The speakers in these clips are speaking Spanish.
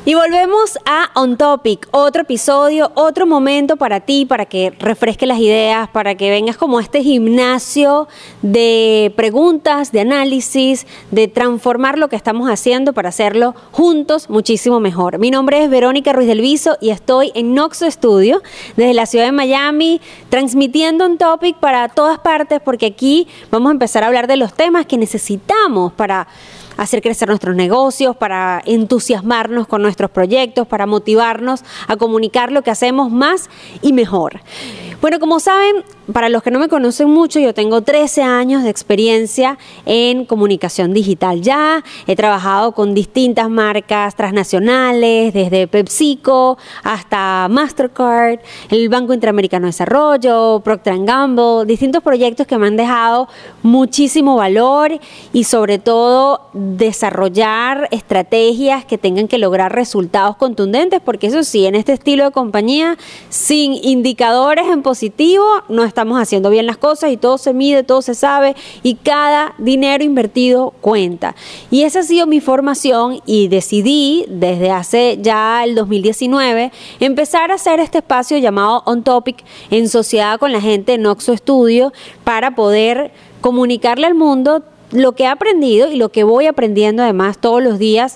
Y volvemos a On Topic, otro episodio, otro momento para ti, para que refresques las ideas, para que vengas como a este gimnasio de preguntas, de análisis, de transformar lo que estamos haciendo para hacerlo juntos muchísimo mejor. Mi nombre es Verónica Ruiz del Viso y estoy en Noxo Studio, desde la ciudad de Miami, transmitiendo On Topic para todas partes, porque aquí vamos a empezar a hablar de los temas que necesitamos para hacer crecer nuestros negocios, para entusiasmarnos con nuestros proyectos, para motivarnos a comunicar lo que hacemos más y mejor. Bueno, como saben, para los que no me conocen mucho, yo tengo 13 años de experiencia en comunicación digital ya. He trabajado con distintas marcas transnacionales, desde PepsiCo hasta Mastercard, el Banco Interamericano de Desarrollo, Procter & Gamble, distintos proyectos que me han dejado muchísimo valor y sobre todo desarrollar estrategias que tengan que lograr resultados contundentes, porque eso sí, en este estilo de compañía, sin indicadores en positivo, no estamos haciendo bien las cosas y todo se mide, todo se sabe y cada dinero invertido cuenta. Y esa ha sido mi formación y decidí desde hace ya el 2019 empezar a hacer este espacio llamado On Topic en sociedad con la gente de Noxo Studio para poder comunicarle al mundo lo que he aprendido y lo que voy aprendiendo además todos los días,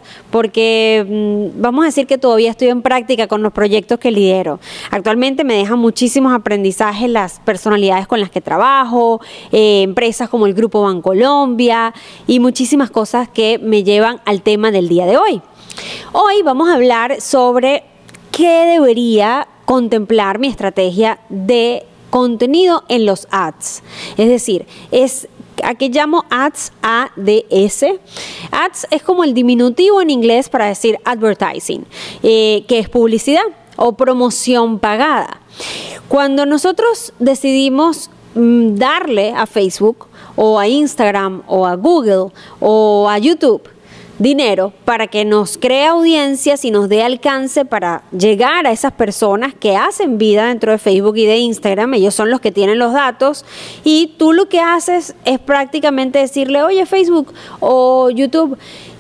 porque vamos a decir que todavía estoy en práctica con los proyectos que lidero. Actualmente me dejan muchísimos aprendizajes las personalidades con las que trabajo, empresas como el Grupo Bancolombia y muchísimas cosas que me llevan al tema del día de hoy. Hoy vamos a hablar sobre qué debería contemplar mi estrategia de contenido en los ads. Es decir, ¿a qué llamo ads? ADS. Ads es como el diminutivo en inglés para decir advertising, que es publicidad o promoción pagada. Cuando nosotros decidimos darle a Facebook o a Instagram o a Google o a YouTube dinero para que nos cree audiencias y nos dé alcance para llegar a esas personas que hacen vida dentro de Facebook y de Instagram, ellos son los que tienen los datos y tú lo que haces es prácticamente decirle, oye Facebook o YouTube,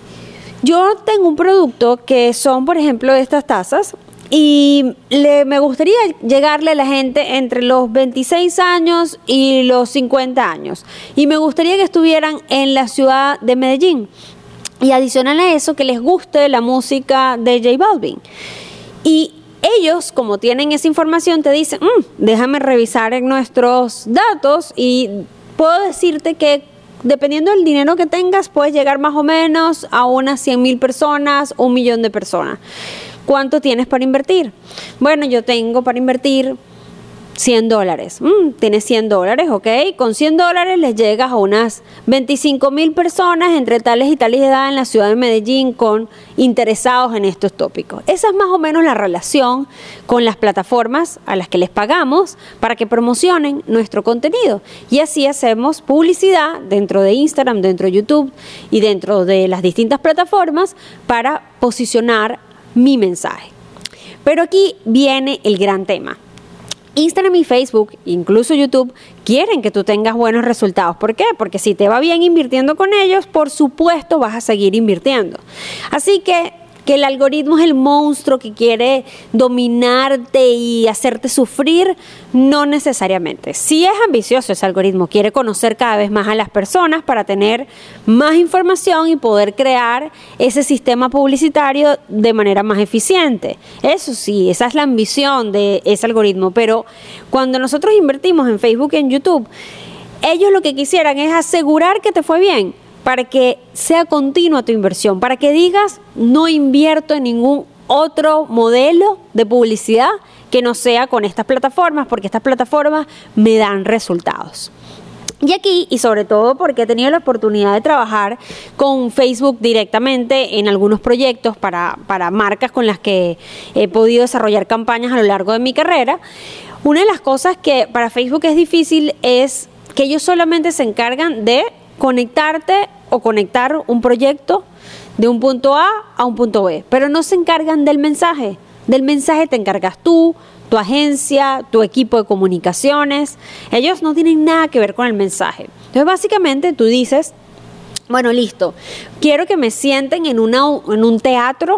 yo tengo un producto que son por ejemplo estas tazas y me gustaría llegarle a la gente entre los 26 años y los 50 años y me gustaría que estuvieran en la ciudad de Medellín. Y adicional a eso, que les guste la música de J Balvin. Y ellos, como tienen esa información, te dicen, déjame revisar en nuestros datos y puedo decirte que dependiendo del dinero que tengas, puedes llegar más o menos a unas 100,000 personas, 1 millón de personas. ¿Cuánto tienes para invertir? Bueno, yo tengo para invertir $100. Tienes $100, ok. Con $100 les llegas a unas 25,000 personas entre tales y tales edad en la ciudad de Medellín con interesados en estos tópicos. Esa es más o menos la relación con las plataformas a las que les pagamos para que promocionen nuestro contenido. Y así hacemos publicidad dentro de Instagram, dentro de YouTube y dentro de las distintas plataformas para posicionar mi mensaje. Pero aquí viene el gran tema. Instagram y Facebook, incluso YouTube, quieren que tú tengas buenos resultados. ¿Por qué? Porque si te va bien invirtiendo con ellos, por supuesto vas a seguir invirtiendo. Así que el algoritmo es el monstruo que quiere dominarte y hacerte sufrir, no necesariamente. Sí es ambicioso ese algoritmo, quiere conocer cada vez más a las personas para tener más información y poder crear ese sistema publicitario de manera más eficiente. Eso sí, esa es la ambición de ese algoritmo, pero cuando nosotros invertimos en Facebook y en YouTube, ellos lo que quisieran es asegurar que te fue bien, para que sea continua tu inversión, para que digas, no invierto en ningún otro modelo de publicidad que no sea con estas plataformas, porque estas plataformas me dan resultados. Y aquí, y sobre todo porque he tenido la oportunidad de trabajar con Facebook directamente en algunos proyectos para marcas con las que he podido desarrollar campañas a lo largo de mi carrera, una de las cosas que para Facebook es difícil es que ellos solamente se encargan de conectarte o conectar un proyecto de un punto A a un punto B, pero no se encargan del mensaje. Del mensaje te encargas tú, tu agencia, tu equipo de comunicaciones. Ellos no tienen nada que ver con el mensaje. Entonces, básicamente, tú dices, bueno, listo, quiero que me sienten en un teatro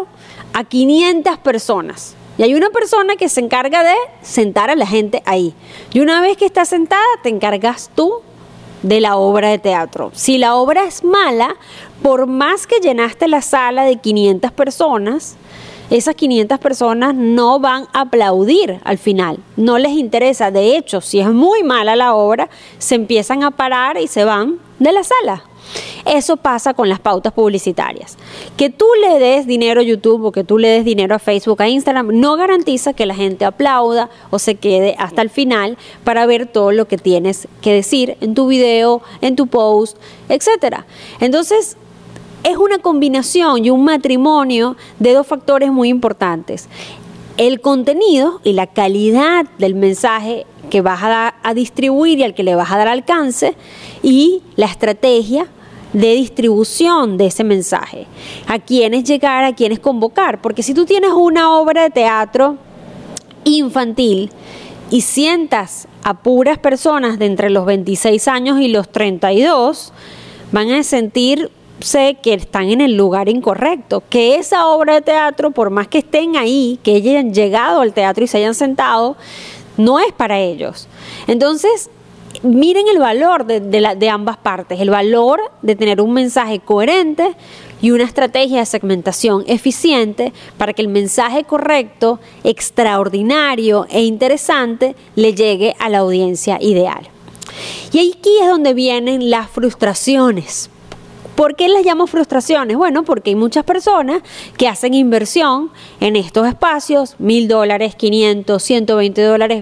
a 500 personas. Y hay una persona que se encarga de sentar a la gente ahí. Y una vez que está sentada, te encargas tú de la obra de teatro. Si la obra es mala, por más que llenaste la sala de 500 personas, esas 500 personas no van a aplaudir al final. No les interesa. De hecho, si es muy mala la obra, se empiezan a parar y se van de la sala. Eso pasa con las pautas publicitarias. Que tú le des dinero a YouTube o que tú le des dinero a Facebook, a Instagram, no garantiza que la gente aplauda o se quede hasta el final para ver todo lo que tienes que decir en tu video, en tu post, etc. Entonces, es una combinación y un matrimonio de dos factores muy importantes. El contenido y la calidad del mensaje que vas a distribuir y al que le vas a dar alcance, y la estrategia de distribución de ese mensaje. A quiénes llegar, a quiénes convocar. Porque si tú tienes una obra de teatro infantil y sientas a puras personas de entre los 26 años y los 32, van a sentirse que están en el lugar incorrecto, que esa obra de teatro, por más que estén ahí, que hayan llegado al teatro y se hayan sentado, no es para ellos. Entonces, miren el valor de ambas partes, el valor de tener un mensaje coherente y una estrategia de segmentación eficiente para que el mensaje correcto, extraordinario e interesante le llegue a la audiencia ideal. Y aquí es donde vienen las frustraciones. ¿Por qué las llamo frustraciones? Bueno, porque hay muchas personas que hacen inversión en estos espacios, $1,000, 500, $120,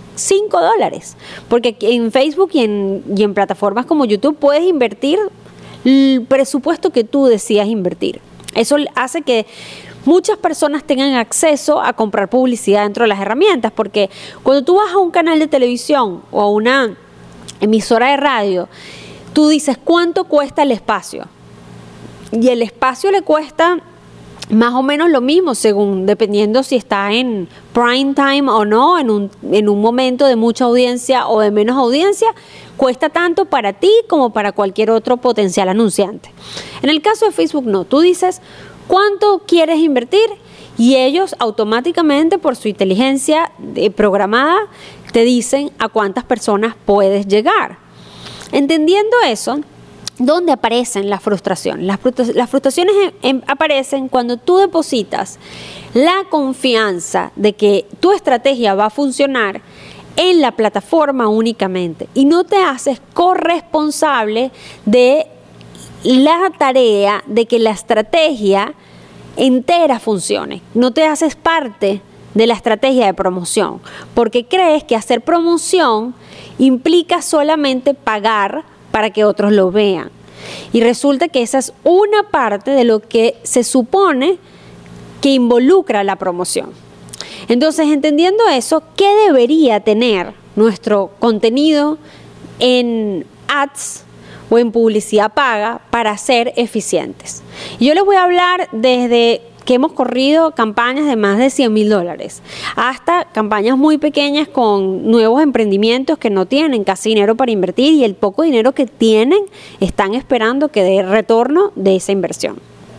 $5, porque en Facebook y en plataformas como YouTube puedes invertir el presupuesto que tú decidas invertir. Eso hace que muchas personas tengan acceso a comprar publicidad dentro de las herramientas, porque cuando tú vas a un canal de televisión o a una emisora de radio, tú dices ¿cuánto cuesta el espacio? Y el espacio le cuesta más o menos lo mismo, dependiendo si está en prime time o no, en un momento de mucha audiencia o de menos audiencia, cuesta tanto para ti como para cualquier otro potencial anunciante. En el caso de Facebook no, tú dices ¿cuánto quieres invertir? Y ellos automáticamente, por su inteligencia programada, te dicen a cuántas personas puedes llegar. Entendiendo eso, ¿dónde aparecen las frustraciones? Las frustraciones aparecen cuando tú depositas la confianza de que tu estrategia va a funcionar en la plataforma únicamente y no te haces corresponsable de la tarea de que la estrategia entera funcione. No te haces parte de la estrategia de promoción porque crees que hacer promoción implica solamente pagar para que otros lo vean. Y resulta que esa es una parte de lo que se supone que involucra la promoción. Entonces, entendiendo eso, ¿qué debería tener nuestro contenido en ads o en publicidad paga para ser eficientes? Y yo les voy a hablar desde que hemos corrido campañas de más de $100,000 hasta campañas muy pequeñas con nuevos emprendimientos que no tienen casi dinero para invertir y el poco dinero que tienen están esperando que dé retorno de esa inversión.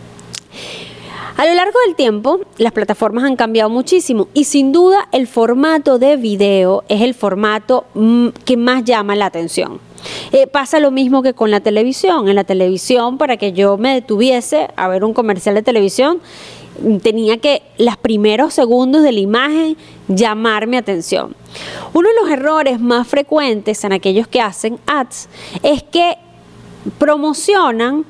A lo largo del tiempo, las plataformas han cambiado muchísimo y sin duda el formato de video es el formato que más llama la atención. Pasa lo mismo que con la televisión. En la televisión, para que yo me detuviese a ver un comercial de televisión, tenía que los primeros segundos de la imagen llamar mi atención. Uno de los errores más frecuentes en aquellos que hacen ads es que promocionan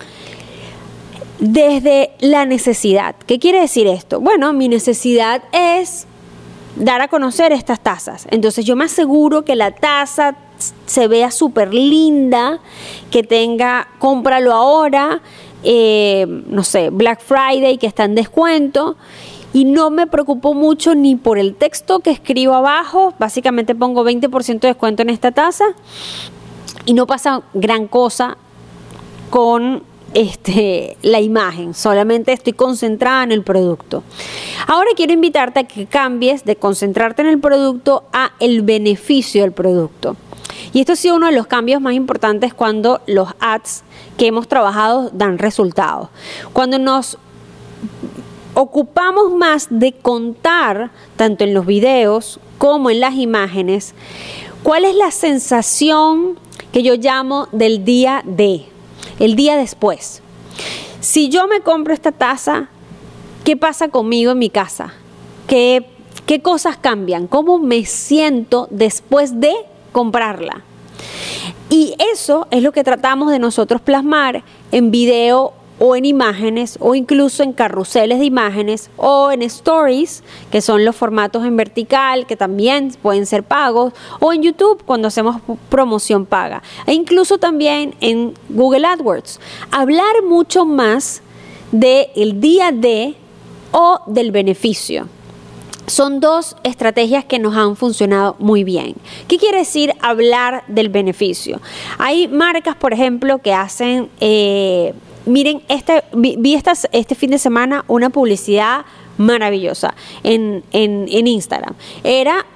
desde la necesidad. ¿Qué quiere decir esto? Bueno, mi necesidad es dar a conocer estas tazas. Entonces yo me aseguro que la taza se vea súper linda, que tenga, cómpralo ahora, no sé, Black Friday que está en descuento, y no me preocupo mucho ni por el texto que escribo abajo. Básicamente pongo 20% de descuento en esta taza y no pasa gran cosa con la imagen, solamente estoy concentrada en el producto. Ahora quiero invitarte a que cambies de concentrarte en el producto a el beneficio del producto. Y esto ha sido uno de los cambios más importantes cuando los ads que hemos trabajado dan resultados. Cuando nos ocupamos más de contar, tanto en los videos como en las imágenes, cuál es la sensación que yo llamo del día de, el día después. Si yo me compro esta taza, ¿qué pasa conmigo en mi casa? ¿Qué cosas cambian? ¿Cómo me siento después de comprarla? Y eso es lo que tratamos de nosotros plasmar en video o en imágenes, o incluso en carruseles de imágenes, o en stories, que son los formatos en vertical, que también pueden ser pagos, o en YouTube cuando hacemos promoción paga, e incluso también en Google AdWords. Hablar mucho más del día de o del beneficio. Son dos estrategias que nos han funcionado muy bien. ¿Qué quiere decir hablar del beneficio? Hay marcas, por ejemplo, que hacen... miren, vi este fin de semana una publicidad maravillosa en Instagram. Era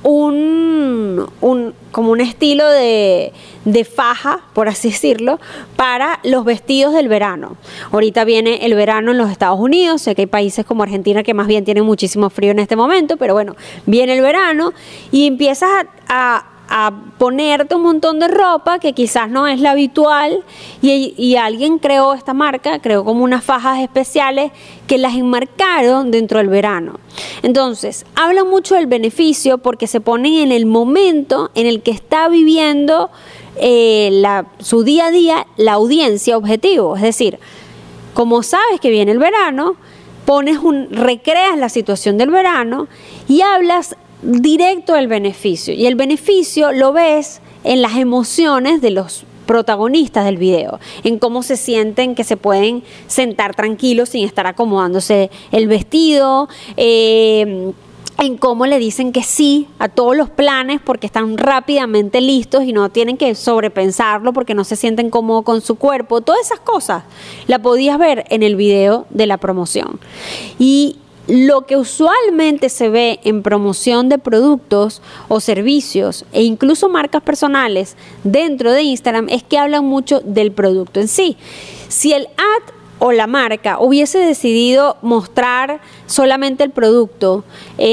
como un estilo de faja, por así decirlo, para los vestidos del verano. Ahorita viene el verano en los Estados Unidos. Sé que hay países como Argentina que más bien tienen muchísimo frío en este momento, pero bueno, viene el verano y empiezas a ponerte un montón de ropa que quizás no es la habitual, y alguien creó esta marca, creó como unas fajas especiales que las enmarcaron dentro del verano. Entonces, hablan mucho del beneficio porque se ponen en el momento en el que está viviendo su día a día la audiencia objetivo. Es decir, como sabes que viene el verano, recreas la situación del verano y hablas directo del beneficio, y el beneficio lo ves en las emociones de los protagonistas del video, en cómo se sienten que se pueden sentar tranquilos sin estar acomodándose el vestido, en cómo le dicen que sí a todos los planes porque están rápidamente listos y no tienen que sobrepensarlo porque no se sienten cómodos con su cuerpo. Todas esas cosas la podías ver en el video de la promoción. Y lo que usualmente se ve en promoción de productos o servicios e incluso marcas personales dentro de Instagram es que hablan mucho del producto en sí. Si el ad o la marca hubiese decidido mostrar solamente el producto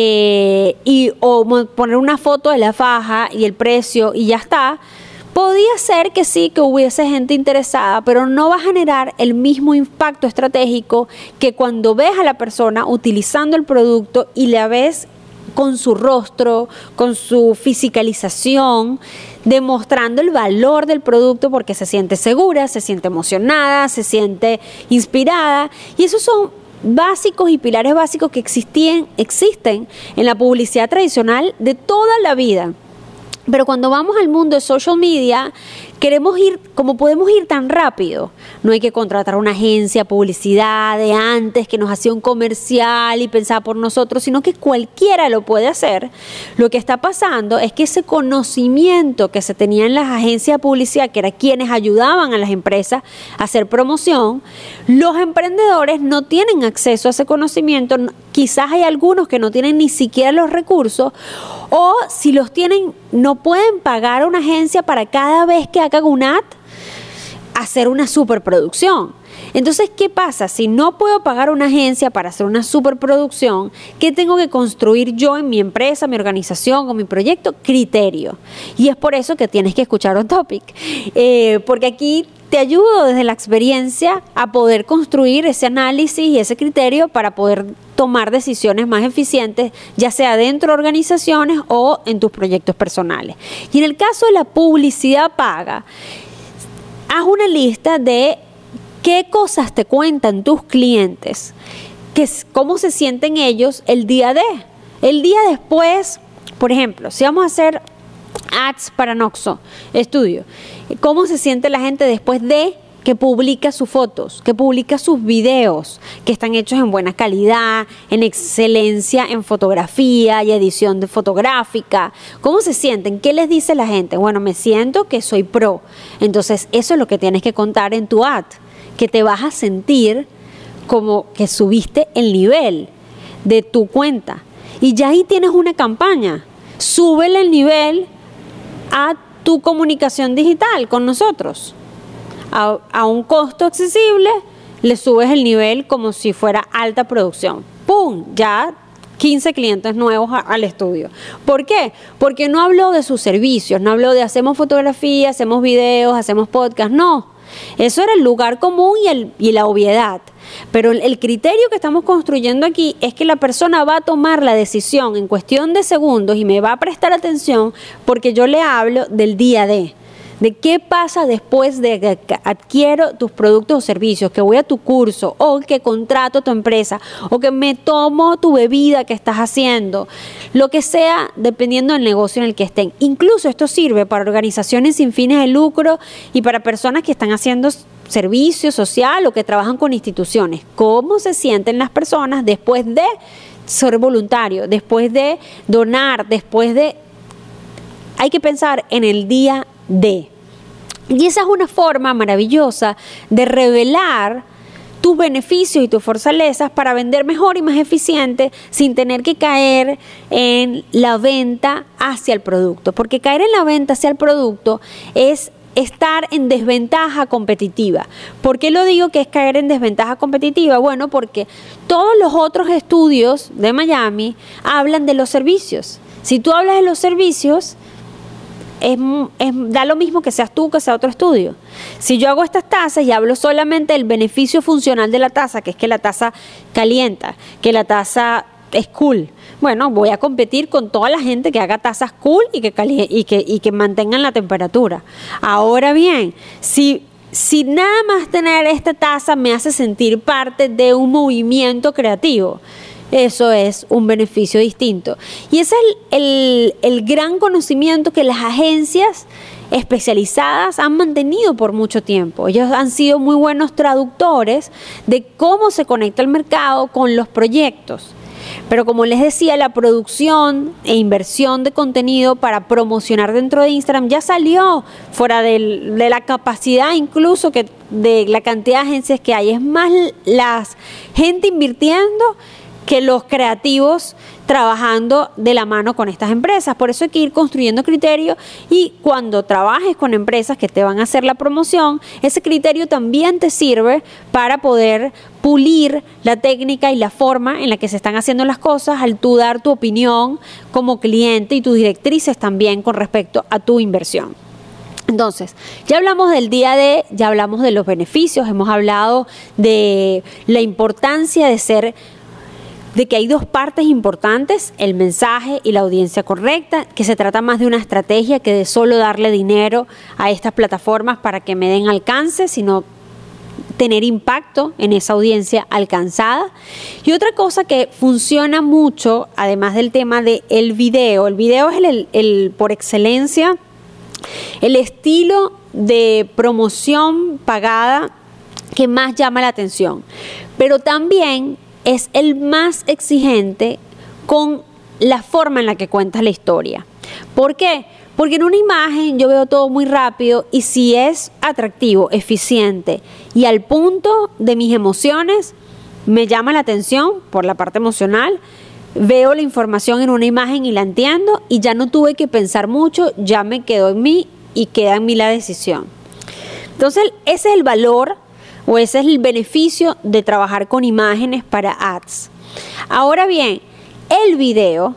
o poner una foto de la faja y el precio y ya está, podía ser que sí, que hubiese gente interesada, pero no va a generar el mismo impacto estratégico que cuando ves a la persona utilizando el producto y la ves con su rostro, con su fisicalización, demostrando el valor del producto porque se siente segura, se siente emocionada, se siente inspirada. Y esos son básicos y pilares básicos que existen en la publicidad tradicional de toda la vida. Pero cuando vamos al mundo de social media, queremos ir, como podemos ir tan rápido, no hay que contratar una agencia, publicidad de antes que nos hacía un comercial y pensaba por nosotros, sino que cualquiera lo puede hacer. Lo que está pasando es que ese conocimiento que se tenía en las agencias de publicidad, que eran quienes ayudaban a las empresas a hacer promoción, los emprendedores no tienen acceso a ese conocimiento. Quizás hay algunos que no tienen ni siquiera los recursos, o si los tienen, no pueden pagar a una agencia para cada vez que hagan un ad, hacer una superproducción. Entonces, ¿qué pasa? Si no puedo pagar a una agencia para hacer una superproducción, ¿qué tengo que construir yo en mi empresa, mi organización o mi proyecto? Criterio. Y es por eso que tienes que escuchar On Topic, porque aquí te ayudo desde la experiencia a poder construir ese análisis y ese criterio para poder tomar decisiones más eficientes, ya sea dentro de organizaciones o en tus proyectos personales. Y en el caso de la publicidad paga, haz una lista de qué cosas te cuentan tus clientes, cómo se sienten ellos el día después. Por ejemplo, si vamos a hacer ads para Noxo Studio, cómo se siente la gente después de que publica sus fotos, que publica sus videos, que están hechos en buena calidad, en excelencia en fotografía y edición fotográfica. ¿Cómo se sienten? ¿Qué les dice la gente? Bueno, me siento que soy pro. Entonces, eso es lo que tienes que contar en tu ad, que te vas a sentir como que subiste el nivel de tu cuenta. Y ya ahí tienes una campaña. Súbele el nivel a tu comunicación digital con nosotros a un costo accesible le subes el nivel como si fuera alta producción. ¡Pum! Ya 15 clientes nuevos al estudio. ¿Por qué? Porque no habló de sus servicios, no habló de hacemos fotografía, hacemos videos, hacemos podcast, no. Eso era el lugar común y la obviedad. Pero el criterio que estamos construyendo aquí es que la persona va a tomar la decisión en cuestión de segundos y me va a prestar atención porque yo le hablo del día de qué pasa después de que adquiero tus productos o servicios, que voy a tu curso o que contrato tu empresa o que me tomo tu bebida que estás haciendo, lo que sea, dependiendo del negocio en el que estén. Incluso esto sirve para organizaciones sin fines de lucro y para personas que están haciendo servicio social o que trabajan con instituciones. ¿Cómo se sienten las personas después de ser voluntario, después de donar, después de... Hay que pensar en el día de. Y esa es una forma maravillosa de revelar tus beneficios y tus fortalezas para vender mejor y más eficiente sin tener que caer en la venta hacia el producto. Porque caer en la venta hacia el producto es estar en desventaja competitiva. ¿Por qué lo digo que es caer en desventaja competitiva? Bueno, porque todos los otros estudios de Miami hablan de los servicios. Si tú hablas de los servicios, da lo mismo que seas tú que sea otro estudio. Si yo hago estas tazas y hablo solamente del beneficio funcional de la taza, que es que la taza calienta, que la taza es cool, bueno, voy a competir con toda la gente que haga tazas cool y que mantengan la temperatura. Ahora bien, si nada más tener esta taza me hace sentir parte de un movimiento creativo, eso es un beneficio distinto. Y ese es el gran conocimiento que las agencias especializadas han mantenido por mucho tiempo. Ellos han sido muy buenos traductores de cómo se conecta el mercado con los proyectos. Pero como les decía, la producción e inversión de contenido para promocionar dentro de Instagram ya salió fuera de la capacidad incluso que de la cantidad de agencias que hay. Es más la gente invirtiendo que los creativos trabajando de la mano con estas empresas. Por eso hay que ir construyendo criterios y cuando trabajes con empresas que te van a hacer la promoción, ese criterio también te sirve para poder pulir la técnica y la forma en la que se están haciendo las cosas al tú dar tu opinión como cliente y tus directrices también con respecto a tu inversión. Entonces, ya hablamos del día de, ya hablamos de los beneficios, hemos hablado de la importancia de que hay dos partes importantes, el mensaje y la audiencia correcta, que se trata más de una estrategia que de solo darle dinero a estas plataformas para que me den alcance, sino tener impacto en esa audiencia alcanzada. Y otra cosa que funciona mucho, además del tema del video, el video es el por excelencia, el estilo de promoción pagada que más llama la atención, pero también es el más exigente con la forma en la que cuentas la historia. ¿Por qué? Porque en una imagen yo veo todo muy rápido y si es atractivo, eficiente y al punto de mis emociones, me llama la atención por la parte emocional, veo la información en una imagen y la entiendo y ya no tuve que pensar mucho, ya me quedó en mí y queda en mí la decisión. Entonces ese es el valor o ese es el beneficio de trabajar con imágenes para ads. Ahora bien, el video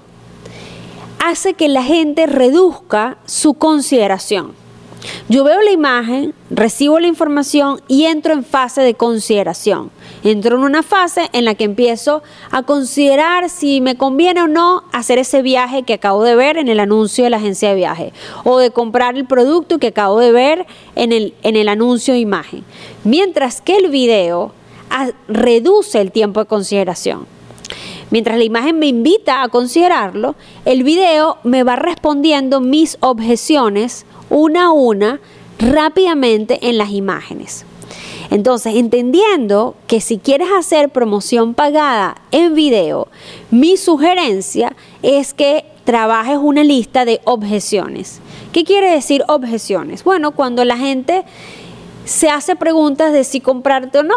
hace que la gente reduzca su consideración. Yo veo la imagen, recibo la información y entro en fase de consideración. Entro en una fase en la que empiezo a considerar si me conviene o no hacer ese viaje que acabo de ver en el anuncio de la agencia de viaje o de comprar el producto que acabo de ver en el anuncio de imagen. Mientras que el video reduce el tiempo de consideración. Mientras la imagen me invita a considerarlo, el video me va respondiendo mis objeciones una a una rápidamente en las imágenes. Entonces, entendiendo que si quieres hacer promoción pagada en video, mi sugerencia es que trabajes una lista de objeciones. ¿Qué quiere decir objeciones? Bueno, cuando la gente se hace preguntas de si comprarte o no,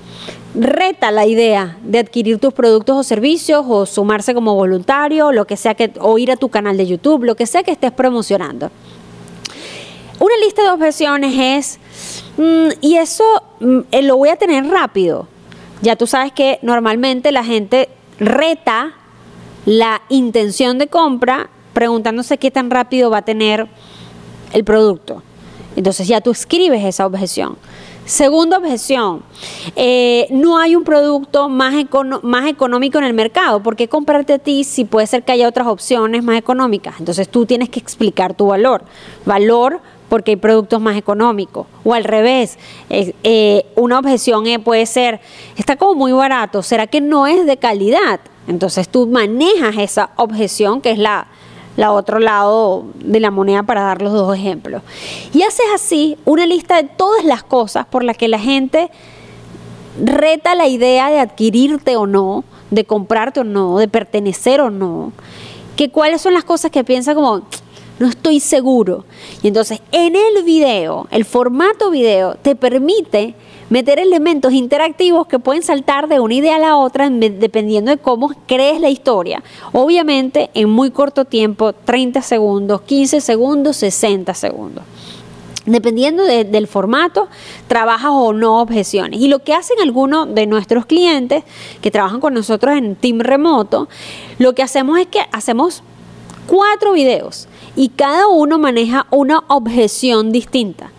reta la idea de adquirir tus productos o servicios o sumarse como voluntario, lo que sea o ir a tu canal de YouTube, lo que sea que estés promocionando. Una lista de objeciones es, Y eso lo voy a tener rápido. Ya tú sabes que normalmente la gente reta la intención de compra preguntándose qué tan rápido va a tener el producto. Entonces ya tú escribes esa objeción. Segunda objeción, no hay un producto más económico en el mercado. ¿Por qué comprarte a ti si puede ser que haya otras opciones más económicas? Entonces tú tienes que explicar tu valor. Valor porque hay productos más económicos. O al revés, una objeción puede ser, está como muy barato, ¿será que no es de calidad? Entonces tú manejas esa objeción, que es la otro lado de la moneda, para dar los dos ejemplos. Y haces así una lista de todas las cosas por las que la gente reta la idea de adquirirte o no, de comprarte o no, de pertenecer o no. Que cuáles son las cosas que piensa como, no estoy seguro. Y entonces en el video, el formato video te permite meter elementos interactivos que pueden saltar de una idea a la otra dependiendo de cómo crees la historia. Obviamente en muy corto tiempo, 30 segundos, 15 segundos, 60 segundos. Dependiendo del formato, trabajas o no objeciones. Y lo que hacen algunos de nuestros clientes que trabajan con nosotros en Team Remoto, lo que hacemos es que hacemos 4 videos y cada uno maneja una objeción distinta.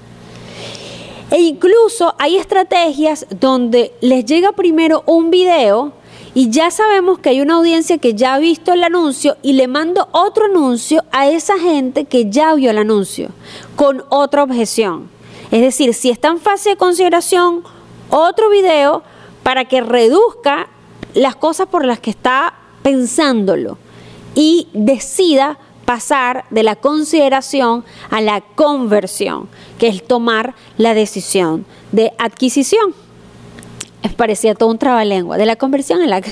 E incluso hay estrategias donde les llega primero un video y ya sabemos que hay una audiencia que ya ha visto el anuncio y le mando otro anuncio a esa gente que ya vio el anuncio con otra objeción. Es decir, si está en fase de consideración, otro video para que reduzca las cosas por las que está pensándolo y decida pasar de la consideración a la conversión, que es tomar la decisión de adquisición. Parecía todo un trabalengua, de la conversión a la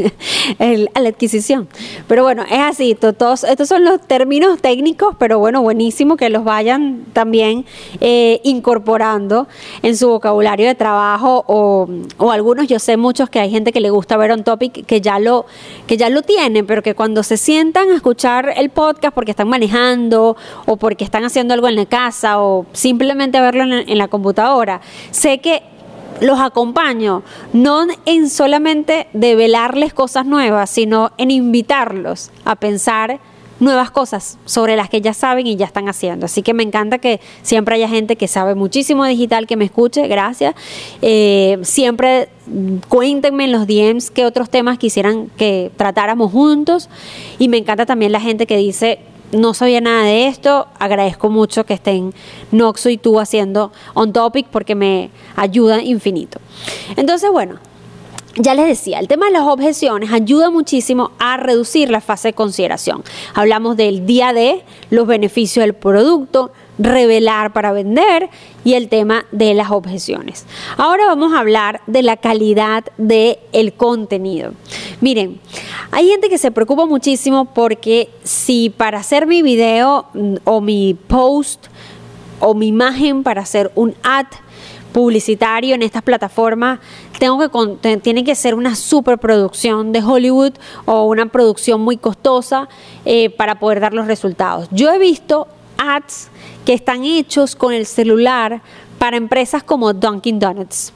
adquisición. Pero bueno, es así, todos estos son los términos técnicos, pero bueno, buenísimo que los vayan también incorporando en su vocabulario de trabajo o algunos, yo sé muchos que hay gente que le gusta ver On Topic que ya lo tienen, pero que cuando se sientan a escuchar el podcast porque están manejando o porque están haciendo algo en la casa o simplemente verlo en la computadora, sé que los acompaño, no en solamente develarles cosas nuevas, sino en invitarlos a pensar nuevas cosas sobre las que ya saben y ya están haciendo. Así que me encanta que siempre haya gente que sabe muchísimo de digital que me escuche, gracias. Siempre cuéntenme en los DMs qué otros temas quisieran que tratáramos juntos, y me encanta también la gente que dice, no sabía nada de esto, agradezco mucho que estén Noxo y tú haciendo On Topic porque me ayuda infinito. Entonces, bueno, ya les decía, el tema de las objeciones ayuda muchísimo a reducir la fase de consideración. Hablamos del día D, los beneficios del producto, revelar para vender y el tema de las objeciones. Ahora vamos a hablar de la calidad del contenido. Miren, hay gente que se preocupa muchísimo porque si para hacer mi video o mi post o mi imagen para hacer un ad publicitario en estas plataformas tiene que ser una superproducción de Hollywood o una producción muy costosa para poder dar los resultados. Yo he visto ads que están hechos con el celular para empresas como Dunkin' Donuts.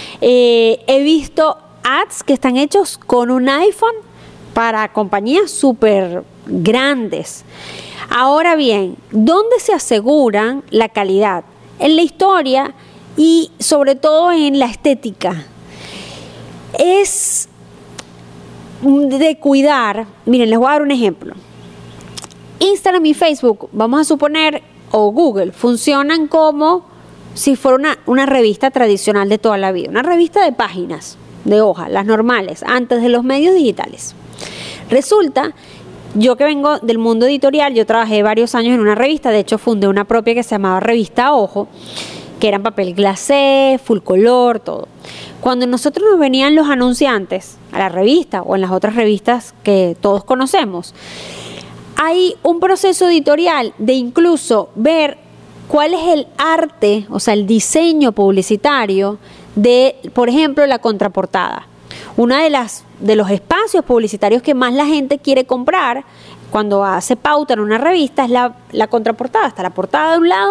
He visto ads que están hechos con un iPhone para compañías súper grandes. Ahora bien, ¿dónde se aseguran la calidad? En la historia y sobre todo en la estética. Es de cuidar. Miren, les voy a dar un ejemplo. Instagram y Facebook, vamos a suponer, o Google, funcionan como si fuera una revista tradicional de toda la vida. Una revista de páginas, de hoja, las normales, antes de los medios digitales. Resulta, yo que vengo del mundo editorial, yo trabajé varios años en una revista, de hecho fundé una propia que se llamaba Revista Ojo, que era en papel glacé, full color, todo. Cuando nosotros nos venían los anunciantes a la revista o en las otras revistas que todos conocemos, hay un proceso editorial de incluso ver cuál es el arte, o sea, el diseño publicitario de, por ejemplo, la contraportada. Una de los espacios publicitarios que más la gente quiere comprar cuando hace pauta en una revista es la contraportada. Está la portada de un lado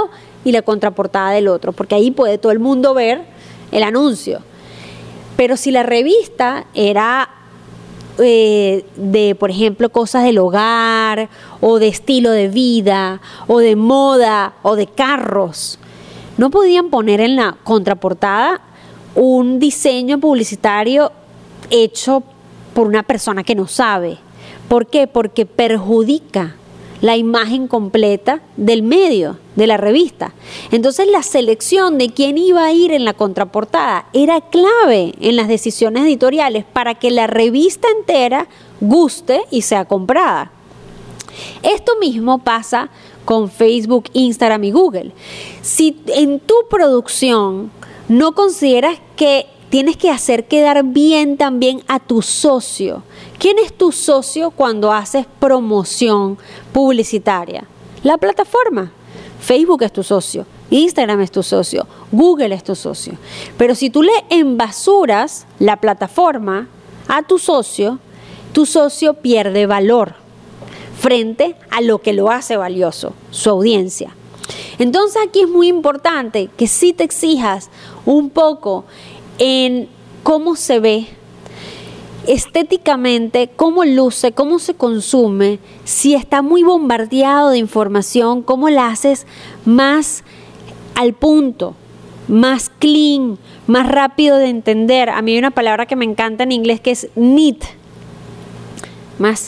y la contraportada del otro, porque ahí puede todo el mundo ver el anuncio. Pero si la revista era de, por ejemplo, cosas del hogar, o de estilo de vida, o de moda, o de carros, no podían poner en la contraportada un diseño publicitario hecho por una persona que no sabe. ¿Por qué? Porque perjudica la imagen completa del medio, de la revista. Entonces la selección de quién iba a ir en la contraportada era clave en las decisiones editoriales para que la revista entera guste y sea comprada. Esto mismo pasa con Facebook, Instagram y Google. Si en tu producción no consideras que tienes que hacer quedar bien también a tu socio. ¿Quién es tu socio cuando haces promoción publicitaria? La plataforma. Facebook es tu socio, Instagram es tu socio, Google es tu socio. Pero si tú le embasuras la plataforma a tu socio pierde valor frente a lo que lo hace valioso, su audiencia. Entonces aquí es muy importante que sí te exijas un poco en cómo se ve estéticamente, cómo luce, cómo se consume, si está muy bombardeado de información, cómo la haces más al punto, más clean, más rápido de entender. A mí hay una palabra que me encanta en inglés que es neat, más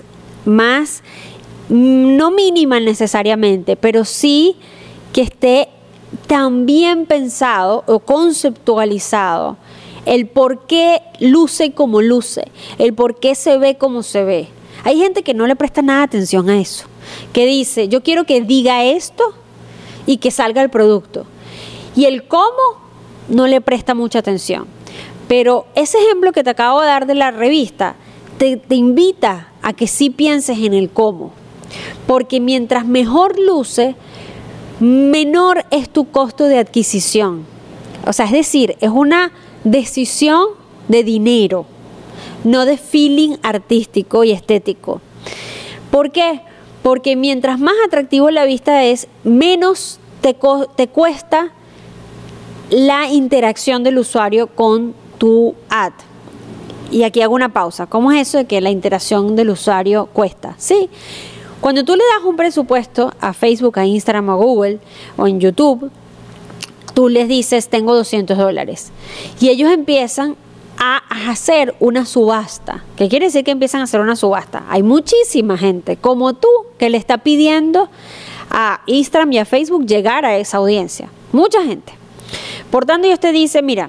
no minimal necesariamente, pero sí que esté tan bien pensado o conceptualizado el por qué luce como luce, el por qué se ve como se ve. Hay gente que no le presta nada de atención a eso, que dice, yo quiero que diga esto y que salga el producto. Y el cómo no le presta mucha atención. Pero ese ejemplo que te acabo de dar de la revista te invita a que sí pienses en el cómo. Porque mientras mejor luce, menor es tu costo de adquisición. O sea, es decir, es una decisión de dinero, no de feeling artístico y estético. ¿Por qué? Porque mientras más atractivo la vista es, menos te cuesta la interacción del usuario con tu ad. Y aquí hago una pausa. ¿Cómo es eso de que la interacción del usuario cuesta? Sí. Cuando tú le das un presupuesto a Facebook, a Instagram, a Google o en YouTube, tú les dices, tengo $200. Y ellos empiezan a hacer una subasta. ¿Qué quiere decir que empiezan a hacer una subasta? Hay muchísima gente como tú que le está pidiendo a Instagram y a Facebook llegar a esa audiencia. Mucha gente. Por tanto, ellos te dicen, mira,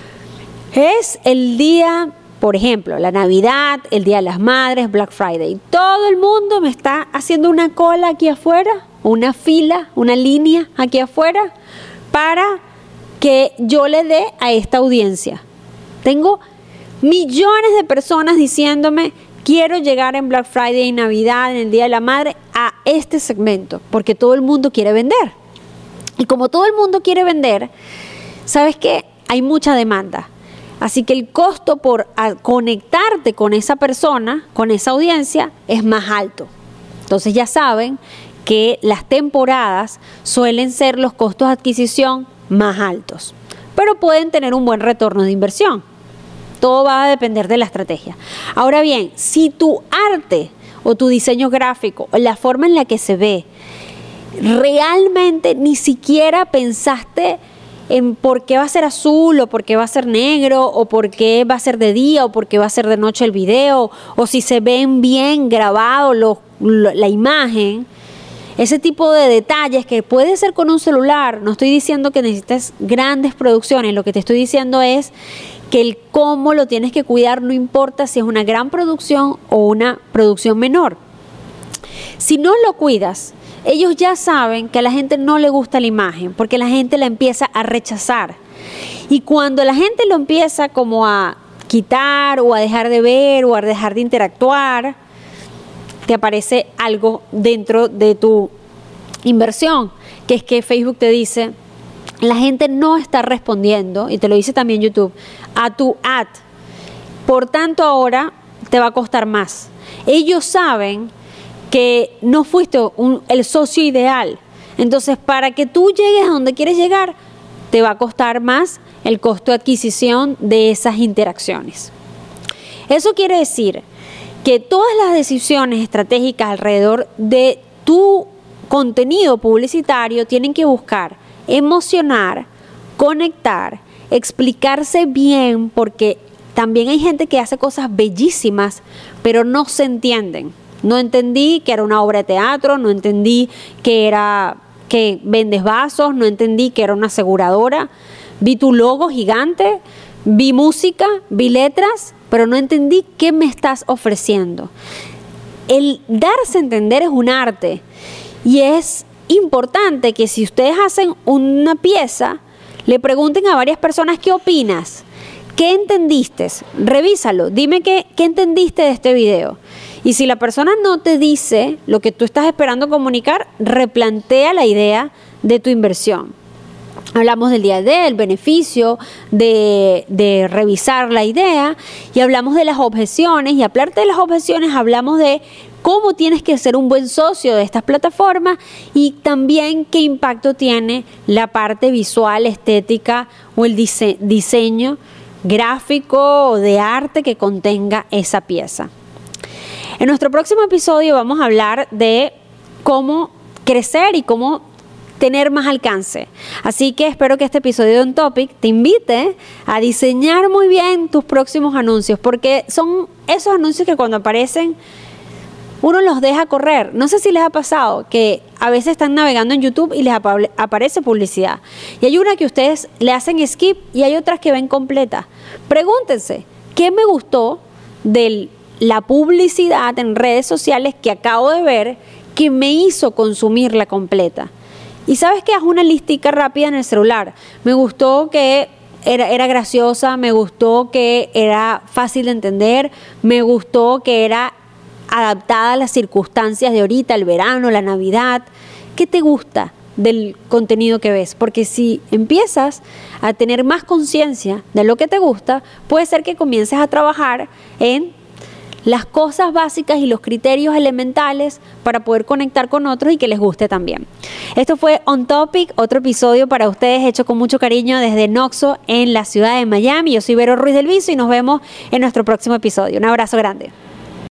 es el día, por ejemplo, la Navidad, el Día de las Madres, Black Friday. Todo el mundo me está haciendo una cola aquí afuera, una fila, una línea aquí afuera, para que yo le dé a esta audiencia. Tengo millones de personas diciéndome, quiero llegar en Black Friday, en Navidad, en el Día de la Madre, a este segmento, porque todo el mundo quiere vender. Y como todo el mundo quiere vender, ¿sabes qué? Hay mucha demanda. Así que el costo por conectarte con esa persona, con esa audiencia, es más alto. Entonces ya saben que las temporadas suelen ser los costos de adquisición más altos, pero pueden tener un buen retorno de inversión. Todo va a depender de la estrategia. Ahora bien, si tu arte o tu diseño gráfico o la forma en la que se ve, realmente ni siquiera pensaste en por qué va a ser azul o por qué va a ser negro o por qué va a ser de día o por qué va a ser de noche el video, o si se ven bien grabado la imagen, ese tipo de detalles que puede ser con un celular. No estoy diciendo que necesites grandes producciones, lo que te estoy diciendo es que el cómo lo tienes que cuidar, no importa si es una gran producción o una producción menor. Si no lo cuidas, ellos ya saben que a la gente no le gusta la imagen, porque la gente la empieza a rechazar. Y cuando la gente lo empieza como a quitar o a dejar de ver o a dejar de interactuar, te aparece algo dentro de tu inversión, que es que Facebook te dice, la gente no está respondiendo, y te lo dice también YouTube, a tu ad. Por tanto, ahora te va a costar más. Ellos saben que no fuiste el socio ideal. Entonces, para que tú llegues a donde quieres llegar, te va a costar más el costo de adquisición de esas interacciones. Eso quiere decir que todas las decisiones estratégicas alrededor de tu contenido publicitario tienen que buscar emocionar, conectar, explicarse bien, porque también hay gente que hace cosas bellísimas, pero no se entienden. No entendí que era una obra de teatro, no entendí que vendes vasos, no entendí que era una aseguradora. Vi tu logo gigante, vi música, vi letras, pero no entendí qué me estás ofreciendo. El darse a entender es un arte y es importante que si ustedes hacen una pieza, le pregunten a varias personas qué opinas, qué entendiste, revísalo, dime qué entendiste de este video. Y si la persona no te dice lo que tú estás esperando comunicar, replantea la idea de tu inversión. Hablamos del día D, del beneficio, de revisar la idea, y hablamos de las objeciones, y aparte de las objeciones hablamos de cómo tienes que ser un buen socio de estas plataformas y también qué impacto tiene la parte visual, estética o el diseño gráfico o de arte que contenga esa pieza. En nuestro próximo episodio vamos a hablar de cómo crecer y cómo tener más alcance. Así que espero que este episodio de On Topic te invite a diseñar muy bien tus próximos anuncios, porque son esos anuncios que cuando aparecen uno los deja correr. No sé si les ha pasado que a veces están navegando en YouTube y les aparece publicidad. Y hay una que ustedes le hacen skip y hay otras que ven completa. Pregúntense, ¿qué me gustó de la publicidad en redes sociales que acabo de ver que me hizo consumirla completa? Y sabes que haz una listica rápida en el celular. Me gustó que era graciosa, me gustó que era fácil de entender, me gustó que era adaptada a las circunstancias de ahorita, el verano, la Navidad. ¿Qué te gusta del contenido que ves? Porque si empiezas a tener más conciencia de lo que te gusta, puede ser que comiences a trabajar en las cosas básicas y los criterios elementales para poder conectar con otros y que les guste también. Esto fue On Topic, otro episodio para ustedes hecho con mucho cariño desde Noxo en la ciudad de Miami. Yo soy Vero Ruiz del Viso y nos vemos en nuestro próximo episodio. Un abrazo grande.